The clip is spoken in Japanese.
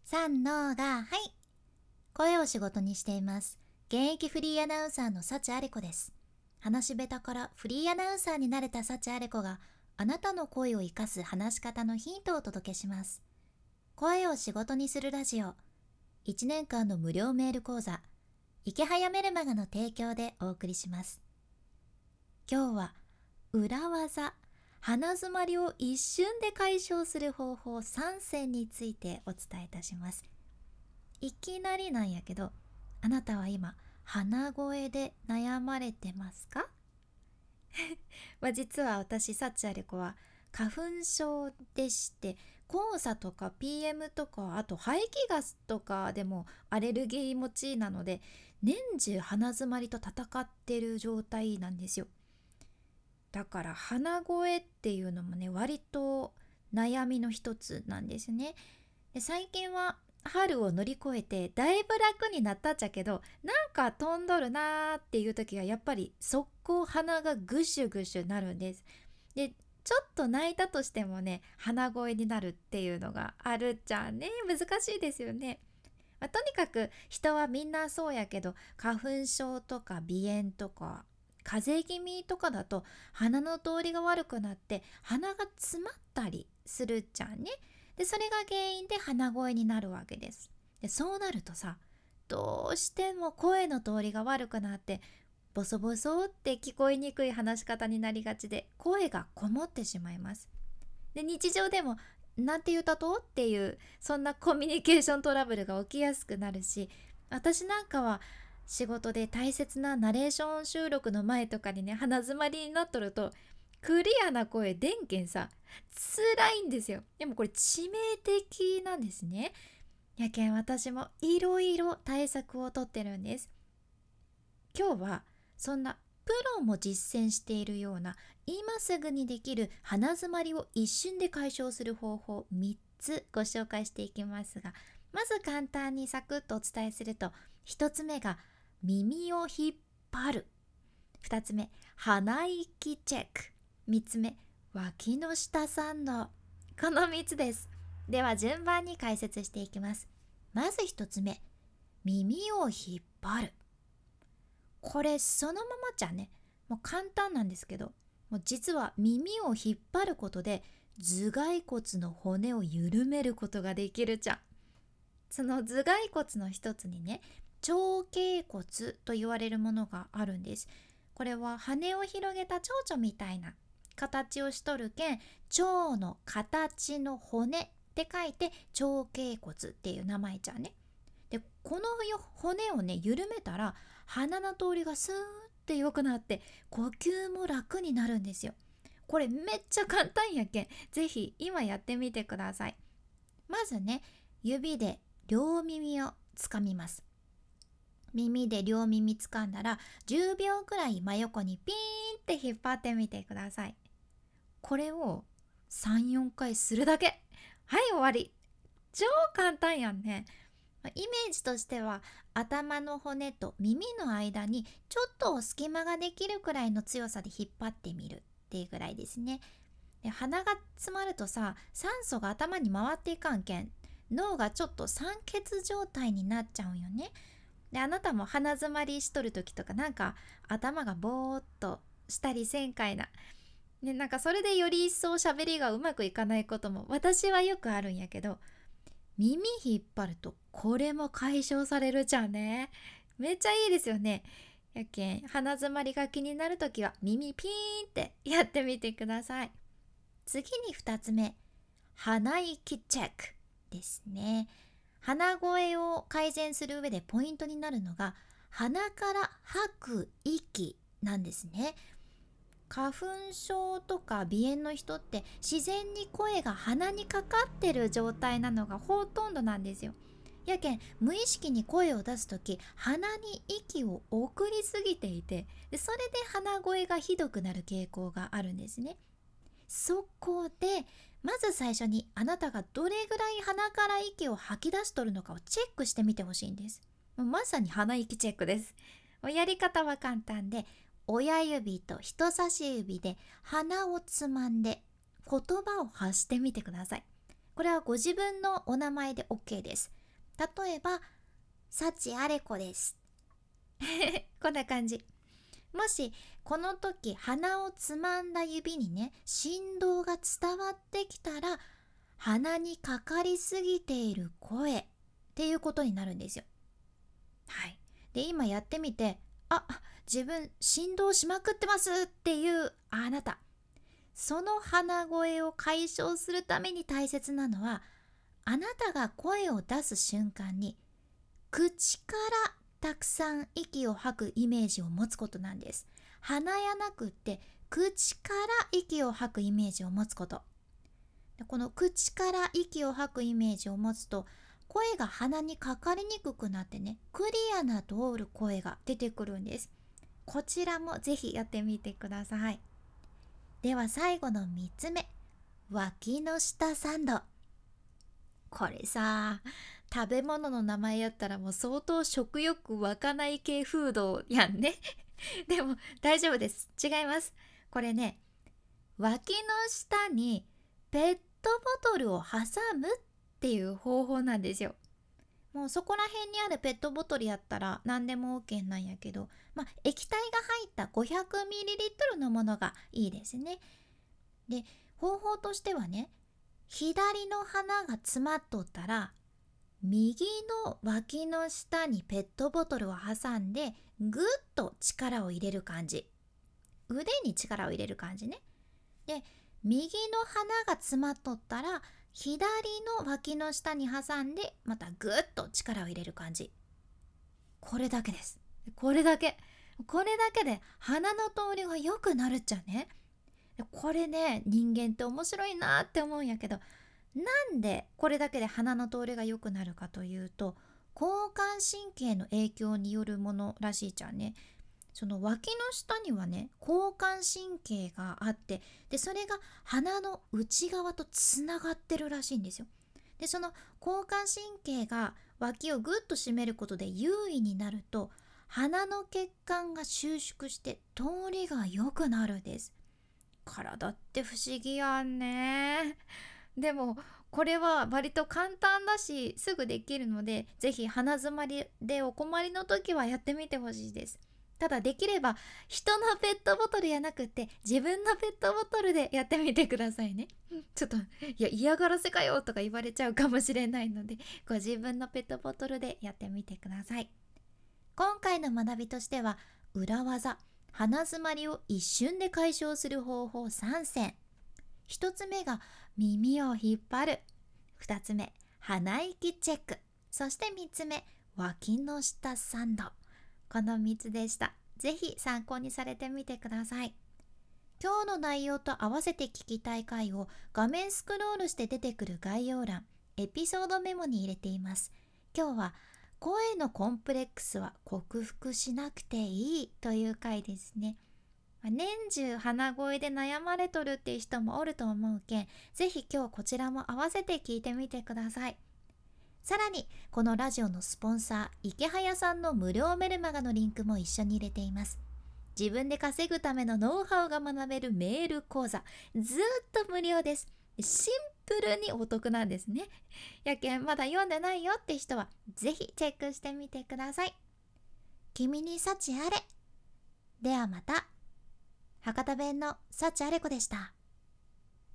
三のがはい。声を仕事にしています。現役フリーアナウンサーの幸あれ子です。話し下手からフリーアナウンサーになれた幸あれ子があなたの声を生かす話し方のヒントをお届けします。声を仕事にするラジオ。1年間の無料メール講座池早メルマガの提供でお送りします。今日は裏技鼻づまりを一瞬で解消する方法3選についてお伝えいたします。いきなりなんやけど、あなたは今鼻声で悩まれてますか？実は私幸あれ子は花粉症でして、黄砂とか PM とかあと排気ガスとかでもアレルギー持ちなので、年中鼻づまりと戦ってる状態なんですよ。だから鼻声っていうのもね、割と悩みの一つなんですね。で、最近は春を乗り越えてだいぶ楽になったっちゃけど、なんか飛んどるなーっていう時はやっぱり速攻鼻がぐしゅぐしゅなるんです。で、ちょっと泣いたとしてもね、鼻声になるっていうのがあるっちゃね、難しいですよね。とにかく人はみんなそうやけど、花粉症とか鼻炎とか風邪気味とかだと鼻の通りが悪くなって鼻が詰まったりするじゃんね。で、それが原因で鼻声になるわけです。で、そうなるとさ、どうしても声の通りが悪くなってボソボソって聞こえにくい話し方になりがちで、声がこもってしまいます。で、日常でもなんて言うたとっていう、そんなコミュニケーショントラブルが起きやすくなるし、私なんかは仕事で大切なナレーション収録の前とかにね、鼻づまりになっとるとクリアな声でんけんさ、辛いんですよ。でもこれ致命的なんですね。やけん私もいろいろ対策をとってるんです。今日はそんなプロも実践しているような今すぐにできる鼻づまりを一瞬で解消する方法3つご紹介していきますが、まず簡単にサクッとお伝えすると、1つ目が耳を引っ張る、2つ目鼻息チェック、3つ目脇の下三度。この3つです。では順番に解説していきます。まず1つ目、耳を引っ張る。これそのままじゃね、もう簡単なんですけど、もう実は耳を引っ張ることで頭蓋骨の骨を緩めることができるじゃん。その頭蓋骨の一つにね、長頸骨と言われるものがあるんです。これは羽を広げた蝶々みたいな形をしとるけん、蝶の形の骨って書いて長頸骨っていう名前じゃんね。で、この骨をね緩めたら鼻の通りがスーって良くなって呼吸も楽になるんですよ。これめっちゃ簡単やけん、ぜひ今やってみてください。まずね、指で両耳をつかみます。耳で両耳つかんだら10秒くらい真横にピーンって引っ張ってみてください。これを3、4回するだけ。はい、終わり。超簡単やんね。イメージとしては頭の骨と耳の間にちょっと隙間ができるくらいの強さで引っ張ってみるっていうぐらいですね。で、鼻が詰まるとさ、酸素が頭に回っていかんけん、脳がちょっと酸欠状態になっちゃうんよね。で、あなたも鼻詰まりしとる時とかなんか頭がぼーっとしたりせんかいな。ね、なんかそれでより一層喋りがうまくいかないことも私はよくあるんやけど、耳引っ張るとこれも解消されるじゃんね。めっちゃいいですよね。やけん鼻づまりが気になるときは耳ピーンってやってみてください。次に2つ目、鼻息チェックですね。鼻声を改善する上でポイントになるのが鼻から吐く息なんですね。花粉症とか鼻炎の人って自然に声が鼻にかかってる状態なのがほとんどなんですよ。やけん無意識に声を出すとき鼻に息を送りすぎていて、それで鼻声がひどくなる傾向があるんですね。そこでまず最初にあなたがどれぐらい鼻から息を吐き出しとるのかをチェックしてみてほしいんです。まさに鼻息チェックです。やり方は簡単で、親指と人差し指で鼻をつまんで言葉を発してみてください。これはご自分のお名前で OK です。 例えば幸あれ子ですこんな感じ。もしこの時鼻をつまんだ指にね振動が伝わってきたら、鼻にかかりすぎている声っていうことになるんですよ。はい。で今やってみて、自分振動しまくってますっていうあなた、その鼻声を解消するために大切なのは、あなたが声を出す瞬間に口からたくさん息を吐くイメージを持つことなんです。鼻やなくって口から息を吐くイメージを持つこと。でこの口から息を吐くイメージを持つと、声が鼻にかかりにくくなってね、クリアな通る声が出てくるんです。こちらもぜひやってみてください。では最後の3つ目、脇の下サンド。これさ、食べ物の名前やったらもう相当食欲湧かない系フードやんねでも大丈夫です。違います。これね、脇の下にペットボトルを挟むっていう方法なんですよ。もうそこら辺にあるペットボトルやったら何でも OK なんやけど、液体が入った 500ml のものがいいですね。で、方法としてはね、左の鼻が詰まっとったら、右の脇の下にペットボトルを挟んでぐっと力を入れる感じ。腕に力を入れる感じね。で、右の鼻が詰まっとったら、左の脇の下に挟んでまたぐっと力を入れる感じ。これだけです。これだけで鼻の通りが良くなるっちゃね。これね、人間って面白いなって思うんやけど、なんでこれだけで鼻の通りが良くなるかというと、交感神経の影響によるものらしいじゃんね。その脇の下にはね、交感神経があって、でそれが鼻の内側とつながってるらしいんですよ。でその交感神経が脇をぐっと締めることで優位になると、鼻の血管が収縮して通りが良くなるんです。体って不思議やんね。でもこれは割と簡単だしすぐできるので、ぜひ鼻詰まりでお困りの時はやってみてほしいです。ただできれば人のペットボトルやなくって自分のペットボトルでやってみてくださいね。ちょっと嫌がらせかよとか言われちゃうかもしれないので、ご自分のペットボトルでやってみてください。今回の学びとしては、裏技、鼻詰まりを一瞬で解消する方法3選。1つ目が耳を引っ張る、2つ目鼻息チェック、そして3つ目脇の下サンド。この3つでした。ぜひ参考にされてみてください。今日の内容と合わせて聞きたい回を画面スクロールして出てくる概要欄、エピソードメモに入れています。今日は声のコンプレックスは克服しなくていいという回ですね。年中鼻声で悩まれとるっていう人もおると思うけん、ぜひ今日こちらも合わせて聞いてみてください。さらにこのラジオのスポンサー池早さんの無料メルマガのリンクも一緒に入れています。自分で稼ぐためのノウハウが学べるメール講座、ずっと無料です。シンプルにお得なんですね。やけんまだ読んでないよって人はぜひチェックしてみてください。君に幸あれ。ではまた。博多弁の幸あれ子でした。